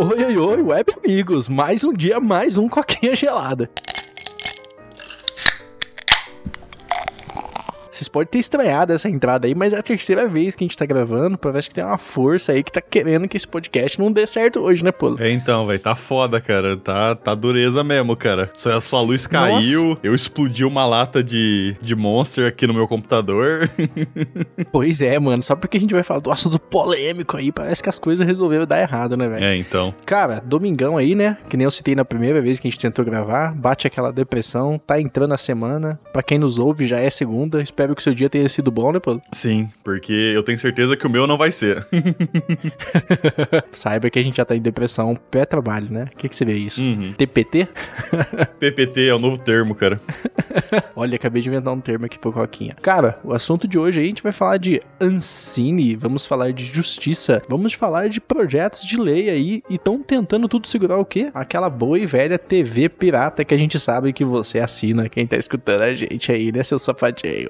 Oi, oi, oi, web amigos, mais um dia, mais um coquinha gelada. Vocês podem ter estranhado essa entrada aí, mas é a terceira vez que a gente tá gravando, parece que tem uma força aí que tá querendo que esse podcast não dê certo hoje, né, Polo? É, então, velho, tá foda, cara, tá dureza mesmo, cara. A sua luz caiu, Nossa. Eu explodi uma lata de Monster aqui no meu computador. Pois é, mano, só porque a gente vai falar do assunto polêmico aí, parece que as coisas resolveram dar errado, né, velho? É, então. Cara, domingão aí, né, que nem eu citei na primeira vez que a gente tentou gravar, bate aquela depressão, tá entrando a semana, pra quem nos ouve já é segunda, espero que o seu dia tenha sido bom, né, Paulo? Sim, porque eu tenho certeza que o meu não vai ser. Saiba que a gente já tá em depressão pré-trabalho, né? O que seria isso? TPT? PPT é o novo termo, cara. Olha, acabei de inventar um termo aqui pro Coquinha. Cara, o assunto de hoje aí a gente vai falar de Ancine, vamos falar de justiça, vamos falar de projetos de lei aí e tão tentando tudo segurar o quê? Aquela boa e velha TV pirata que a gente sabe que você assina, quem tá escutando a gente aí, né, seu sapatinho?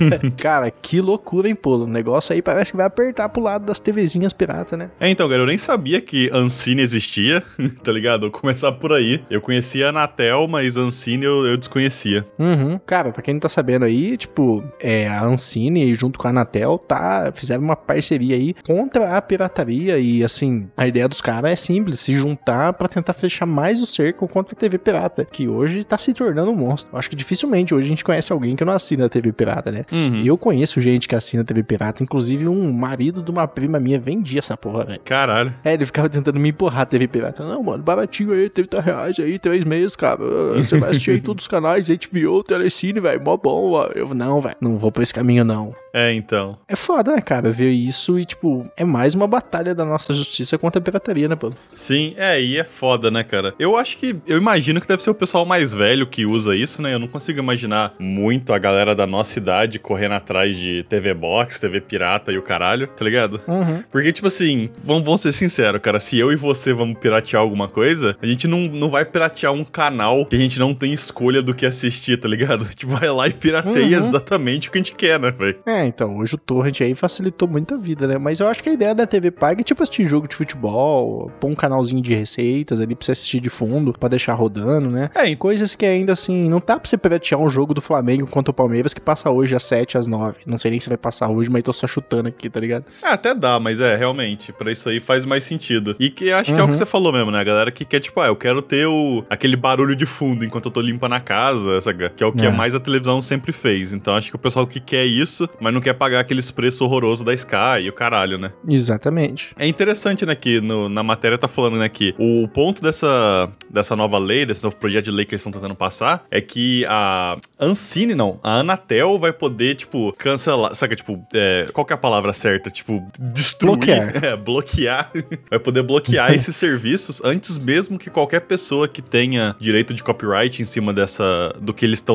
Cara, que loucura, hein, Polo? O negócio aí parece que vai apertar pro lado das TVzinhas pirata, né? É, então, cara, eu nem sabia que Ancine existia, tá ligado? Vou começar por aí. Eu conhecia a Anatel, mas Ancine eu desconhecia. Cara, pra quem não tá sabendo aí, tipo, a Ancine junto com a Anatel fizeram uma parceria aí contra a pirataria e, assim, a ideia dos caras é simples, se juntar pra tentar fechar mais o cerco contra a TV pirata, que hoje tá se tornando um monstro. Eu acho que dificilmente hoje a gente conhece alguém que não assina a TV pirata, né? Eu conheço gente que assina TV pirata, inclusive um marido de uma prima minha vendia essa porra, velho. Caralho. Ele ficava tentando me empurrar a TV pirata. Não, mano, baratinho aí, R$30 aí, 3 meses, cara. Você vai assistir aí todos os canais, HBO, Telecine, velho, mó bom. Eu, não, velho, não vou por esse caminho, não. É, então. É foda, né, cara, ver isso e, tipo, é mais uma batalha da nossa justiça contra a pirataria, né, pô? Sim, e é foda, né, cara? Eu imagino que deve ser o pessoal mais velho que usa isso, né? Eu não consigo imaginar muito a galera da nossa idade correndo atrás de TV Box, TV pirata e o caralho, tá ligado? Porque, tipo assim, vamos ser sinceros, cara, se eu e você vamos piratear alguma coisa, a gente não vai piratear um canal que a gente não tem escolha do que assistir, tá ligado? A gente vai lá e pirateia exatamente o que a gente quer, né, velho? Então, hoje o torrent aí facilitou muito a vida, né? Mas eu acho que a ideia da TV paga é tipo assistir jogo de futebol, pôr um canalzinho de receitas ali pra você assistir de fundo, pra deixar rodando, né? Coisas que ainda assim, não tá pra você piratear um jogo do Flamengo contra o Palmeiras que passa hoje às 7, às 9. Não sei nem se vai passar hoje, mas tô só chutando aqui, tá ligado? Até dá, mas realmente, pra isso aí faz mais sentido. E que acho que é o que você falou mesmo, né? A galera que quer, tipo, eu quero ter aquele barulho de fundo enquanto eu tô limpando a casa, sabe? Que é o que mais a televisão sempre fez. Então acho que o pessoal que quer isso, mas não quer pagar aqueles preços horrorosos da Sky e o caralho, né? Exatamente. É interessante, né, que na matéria tá falando, né, que o ponto dessa nova lei, desse novo projeto de lei que eles estão tentando passar, é que a Ancine, a Anatel vai poder, tipo, cancelar, saca, tipo, qual que é a palavra certa? Tipo, destruir. Bloquear. Bloquear. Vai poder bloquear esses serviços antes mesmo que qualquer pessoa que tenha direito de copyright em cima do que eles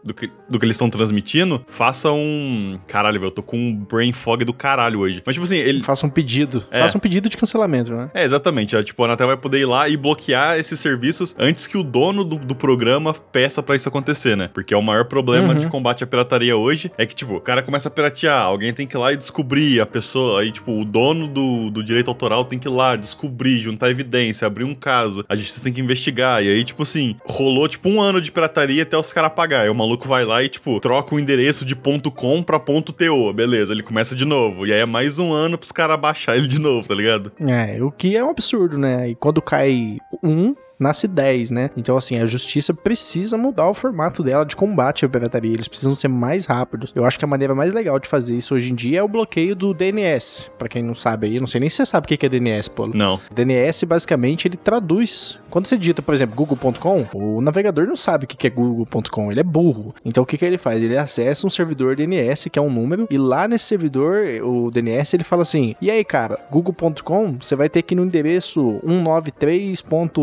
estão transmitindo, faça um... Caralho, velho, eu tô com um brain fog do caralho hoje. Mas, tipo assim, ele... Faça um pedido. Faça um pedido de cancelamento, né? Exatamente. Tipo, a Anatel vai poder ir lá e bloquear esses serviços antes que o dono do programa peça pra isso acontecer, né? Porque é o maior problema de combate à pirataria hoje, é que, tipo, o cara começa a piratear, alguém tem que ir lá e descobrir a pessoa, aí, tipo, o dono do direito autoral tem que ir lá, descobrir, juntar evidência, abrir um caso, a justiça tem que investigar, e aí, tipo assim, rolou, tipo, 1 ano de pirataria até os caras pagar, aí o maluco vai lá e, tipo, troca o endereço de .com pra .to, beleza, ele começa de novo, e aí é mais 1 ano pros caras baixar ele de novo, tá ligado? O que é um absurdo, né? E quando cai nasce 10, né? Então, assim, a justiça precisa mudar o formato dela de combate à pirataria. Eles precisam ser mais rápidos. Eu acho que a maneira mais legal de fazer isso hoje em dia é o bloqueio do DNS. Pra quem não sabe aí, não sei nem se você sabe o que é DNS, Paulo. Não. DNS, basicamente, ele traduz. Quando você digita, por exemplo, google.com, o navegador não sabe o que é google.com, ele é burro. Então, o que ele faz? Ele acessa um servidor DNS, que é um número, e lá nesse servidor, o DNS, ele fala assim, e aí, cara, google.com, você vai ter que ir no endereço 193.1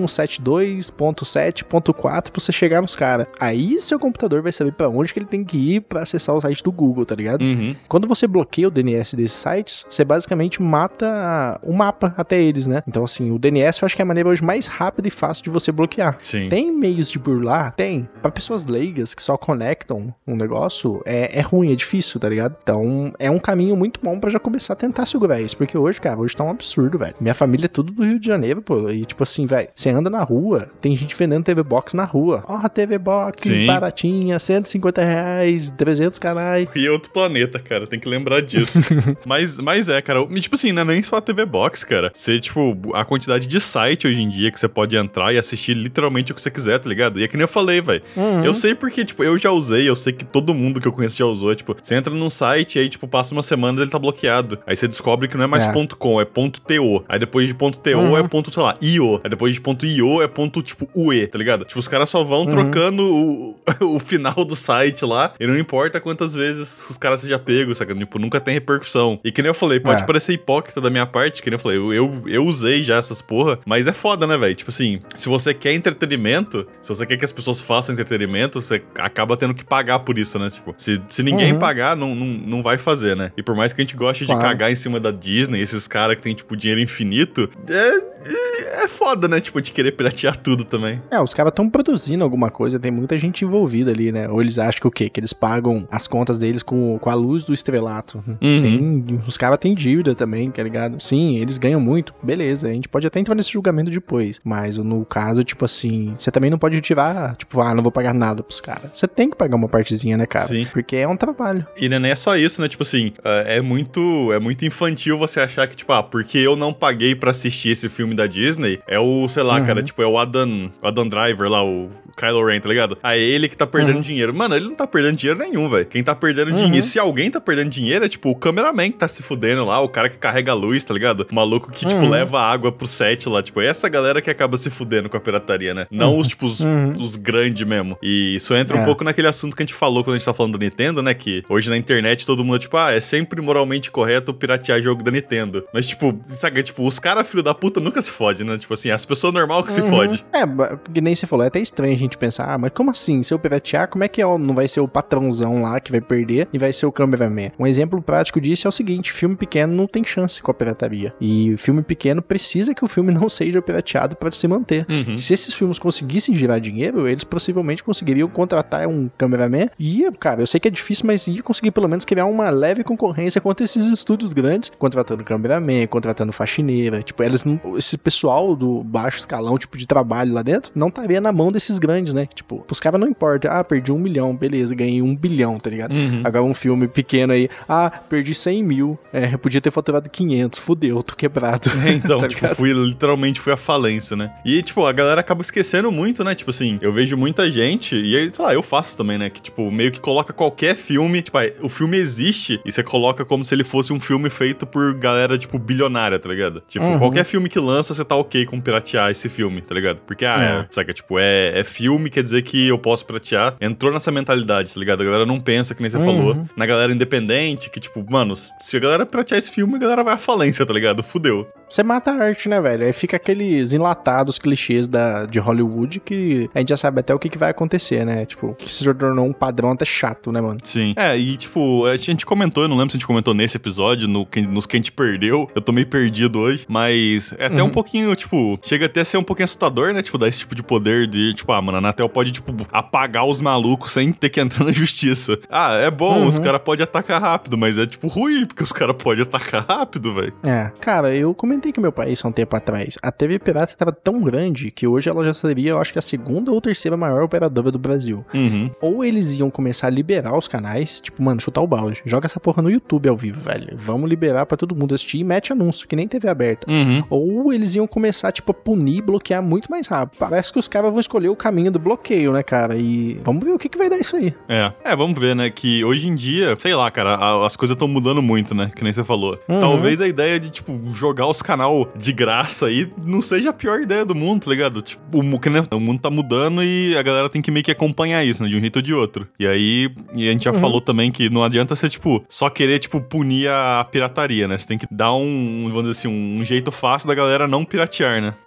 172.7.4 pra você chegar nos caras. Aí seu computador vai saber pra onde que ele tem que ir pra acessar o site do Google, tá ligado? Quando você bloqueia o DNS desses sites, você basicamente mata o mapa até eles, né? Então, assim, o DNS eu acho que é a maneira hoje mais rápida e fácil de você bloquear. Sim. Tem meios de burlar? Tem. Pra pessoas leigas que só conectam um negócio, é ruim, é difícil, tá ligado? Então, é um caminho muito bom pra já começar a tentar segurar isso. Porque hoje, cara, hoje tá um absurdo, velho. Minha família é tudo do Rio de Janeiro, pô. E, tipo assim, velho, você anda na rua, tem gente vendendo TV Box na rua. Ó, TV Box, Sim. baratinha, R$150, 300 canais. E é outro planeta, cara, tem que lembrar disso. mas é, cara, tipo assim, não é nem só a TV Box, cara. Você, tipo, a quantidade de site hoje em dia que você pode entrar e assistir literalmente o que você quiser, tá ligado? E é que nem eu falei, velho. Eu sei porque, tipo, eu já usei, eu sei que todo mundo que eu conheço já usou. Tipo, você entra num site e aí, tipo, passa umas semanas e ele tá bloqueado. Aí você descobre que não é mais .com, é .to. Aí depois de .to é ponto, sei lá, .io. Aí depois de .io é ponto, tipo, .ue, tá ligado? Tipo, os caras só vão trocando o final do site lá e não importa quantas vezes os caras sejam pegos, saca? Tipo, nunca tem repercussão. E que nem eu falei, pode parecer hipócrita da minha parte, que nem eu falei, eu usei já essas porra, mas é foda, né, velho? Tipo assim, se você quer entretenimento, se você quer que as pessoas façam entretenimento, você acaba tendo que pagar por isso, né? Tipo, se ninguém pagar, não vai fazer, né? E por mais que a gente goste de cagar em cima da Disney, esses caras que tem, tipo, dinheiro infinito, é foda, né? Tipo, de querer piratear tudo também. Os caras estão produzindo alguma coisa, tem muita gente envolvida ali, né? Ou eles acham que o quê? Que eles pagam as contas deles com a luz do estrelato. Os caras têm dívida também, tá ligado? Sim, eles ganham muito, beleza. A gente pode até entrar nesse julgamento depois. Mas no caso, tipo assim, você também não pode tirar, tipo, não vou pagar nada pros caras. Você tem que pagar uma partezinha, né, cara? Sim. Porque é um trabalho. E não é só isso, né? Tipo assim, é muito infantil você achar que, tipo, porque eu não paguei pra assistir esse filme da Disney, é o, sei lá, cara, tipo, é o Adam Driver lá, o Kylo Ren, tá ligado? É ele que tá perdendo dinheiro. Mano, ele não tá perdendo dinheiro nenhum, velho. Quem tá perdendo dinheiro, se alguém tá perdendo dinheiro, é tipo o cameraman que tá se fudendo lá, o cara que carrega a luz, tá ligado? O maluco que, tipo, leva água pro set lá, tipo, é essa galera que acaba se fudendo com a pirataria, né? Não os, tipo, os grandes mesmo. E isso entra um pouco naquele assunto que a gente falou quando a gente tá falando do Nintendo, né? Que hoje na internet todo mundo é tipo, é sempre moralmente correto piratear jogo da Nintendo. Mas, tipo, sabe, tipo, os caras, filho da puta, nunca se fode, né? Tipo assim, as pessoas normais que se fode. Que nem você falou, é até estranho a gente pensar, mas como assim? Se eu piratear, como é que não vai ser o patrãozão lá que vai perder e vai ser o cameraman? Um exemplo prático disso é o seguinte, filme pequeno não tem chance com a pirataria. E filme pequeno precisa que o filme não seja pirateado para se manter. Se esses filmes conseguissem gerar dinheiro, eles possivelmente conseguiriam contratar um cameraman e, cara, eu sei que é difícil, mas ia conseguir pelo menos criar uma leve concorrência contra esses estúdios grandes, contratando cameraman, contratando faxineira, tipo, esse pessoal do baixo escalão, tipo, de trabalho lá dentro, não estaria na mão desses grandes, né? Tipo, pros caras não importa, perdi 1 milhão, beleza, ganhei 1 bilhão, tá ligado? Agora um filme pequeno aí, perdi 100 mil, podia ter faturado 500, fudeu, tô quebrado. Então, tá tipo, literalmente fui à falência, né? E, tipo, a galera acaba esquecendo muito, né? Tipo assim, eu vejo muita gente, e aí, sei lá, eu faço também, né? Que, tipo, meio que coloca qualquer filme, tipo, o filme existe, e você coloca como se ele fosse um filme feito por galera, tipo, bilionária, tá ligado? Tipo, qualquer filme que lança, você tá ok com piratear esse filme, tá ligado? Porque, saca, tipo, é filme, quer dizer que eu posso piratear. Entrou nessa mentalidade, tá ligado? A galera não pensa, que nem você falou, na galera independente, que, tipo, mano, se a galera piratear esse filme, a galera vai à falência, tá ligado? Fudeu. Você mata a arte, né, velho? Aí fica aqueles enlatados clichês de Hollywood que a gente já sabe até o que vai acontecer, né? Tipo, que se tornou um padrão até chato, né, mano? Sim. E tipo, a gente comentou, eu não lembro se a gente comentou nesse episódio, nos que a gente perdeu. Eu tô meio perdido hoje, mas é até um pouquinho, tipo, chega até a ser um pouquinho assustador, né? Tipo, dar esse tipo de poder de, tipo, mano, a Anatel pode, tipo, apagar os malucos sem ter que entrar na justiça. É bom, os caras podem atacar rápido, mas é, tipo, ruim, porque os caras podem atacar rápido, velho. Cara, eu comentei que meu país há um tempo atrás, a TV pirata tava tão grande que hoje ela já seria, eu acho que a segunda ou terceira maior operadora do Brasil. Ou eles iam começar a liberar os canais, tipo, mano, chutar o balde. Joga essa porra no YouTube ao vivo, velho. Vamos liberar pra todo mundo assistir e mete anúncio, que nem TV aberta. Ou eles iam começar, tipo, a punir, bloquear muito mais rápido. Parece que os caras vão escolher o caminho do bloqueio, né, cara? E vamos ver o que vai dar isso aí. Vamos ver, né, que hoje em dia, sei lá, cara, as coisas estão mudando muito, né, que nem você falou. Talvez a ideia de, tipo, jogar os canal de graça aí não seja a pior ideia do mundo, tá ligado? Tipo, o mundo tá mudando e a galera tem que meio que acompanhar isso, né, de um jeito ou de outro. E aí, a gente já falou também que não adianta você, tipo, só querer, tipo, punir a pirataria, né? Você tem que dar vamos dizer assim, um jeito fácil da galera não piratear, né?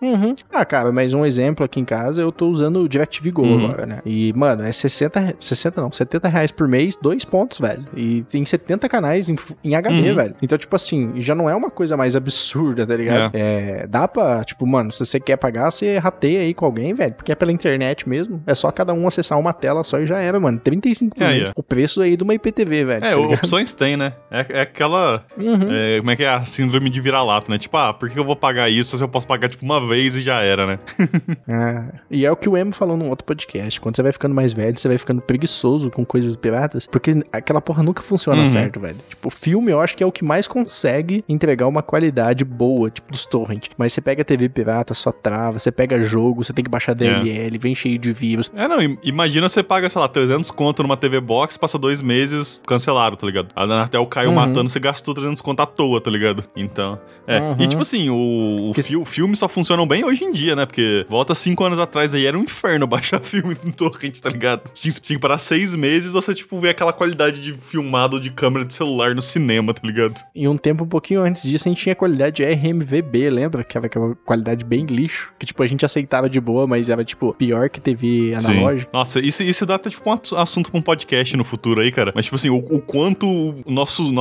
Ah, cara, mas um exemplo aqui em casa, eu tô usando o DirecTV Go agora, né? E, mano, é 70 não, 70 reais por mês, 2 pontos, velho. E tem 70 canais em HD, velho. Então, tipo assim, já não é uma coisa mais absurda, tá ligado? Dá pra, tipo, mano, se você quer pagar, você rateia aí com alguém, velho, porque é pela internet mesmo. É só cada um acessar uma tela só e já era, mano. 35 minutos. O preço aí de uma IPTV, velho. Tá opções tem, né? É aquela... como é que é? A síndrome de vira-lata, né? Tipo, por que eu vou pagar isso se eu posso pagar, tipo, uma vez e já era, né? E é o que o Emo falou num outro podcast. Quando você vai ficando mais velho, você vai ficando preguiçoso com coisas piratas, porque aquela porra nunca funciona certo, velho. Tipo, filme eu acho que é o que mais consegue entregar uma qualidade boa, tipo, dos torrent. Mas você pega TV pirata, só trava. Você pega jogo, você tem que baixar DLL, vem cheio de vírus. Imagina você paga, sei lá, 300 conto numa TV Box, passa 2 meses, cancelaram, tá ligado? Até o Caio matando, você gastou 300 conto à toa, tá ligado? Então, E tipo assim, o filme só funcionam bem hoje em dia, né? Porque volta 5 anos atrás aí, era um inferno baixar filme no torrent, tá ligado? Tinha que parar 6 meses, você, tipo, ver aquela qualidade de filmado de câmera de celular no cinema, tá ligado? E um tempo um pouquinho antes disso, a gente tinha qualidade RMVB, lembra? Aquela qualidade bem lixo, que, tipo, a gente aceitava de boa, mas era, tipo, pior que TV analógica. Nossa, isso dá até, tipo, um assunto pra um podcast no futuro aí, cara. Mas, tipo assim, o quanto o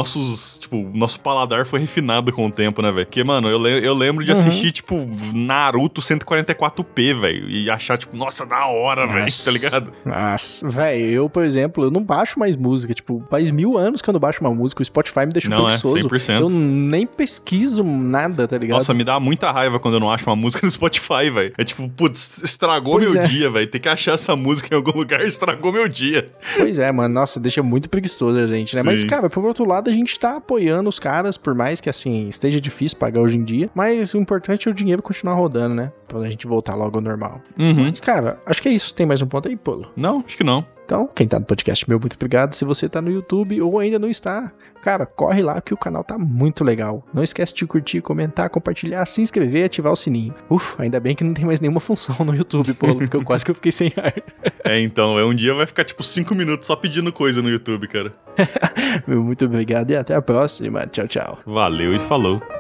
nosso paladar foi refinado com o tempo, né, velho? Porque, mano, eu lembro de assistir, tipo, Naruto 144p, velho, e achar, tipo, nossa, da hora, velho, tá ligado? Nossa, velho, eu, por exemplo, eu não baixo mais música, tipo, faz 1000 anos que eu não baixo uma música, o Spotify me deixa preguiçoso. 100%. Eu nem pesquiso nada, tá ligado? Nossa, me dá muita raiva quando eu não acho uma música no Spotify, velho. É tipo, putz, estragou meu dia, velho. Tem que achar essa música em algum lugar, estragou meu dia. Pois é, mano, nossa, deixa muito preguiçoso a gente, né? Sim. Mas, cara, por outro lado, a gente tá apoiando os caras, por mais que, assim, esteja difícil pagar hoje em dia, mas o importante é o dinheiro continuar rodando, né? Pra gente voltar logo ao normal. Mas, cara, acho que é isso. Tem mais um ponto aí, Polo? Não, acho que não. Então, quem tá no podcast meu, muito obrigado. Se você tá no YouTube ou ainda não está, cara, corre lá que o canal tá muito legal. Não esquece de curtir, comentar, compartilhar, se inscrever e ativar o sininho. Ufa, ainda bem que não tem mais nenhuma função no YouTube, Polo, porque eu quase que eu fiquei sem ar. Então, um dia vai ficar tipo 5 minutos só pedindo coisa no YouTube, cara. Muito obrigado e até a próxima. Tchau, tchau. Valeu e falou.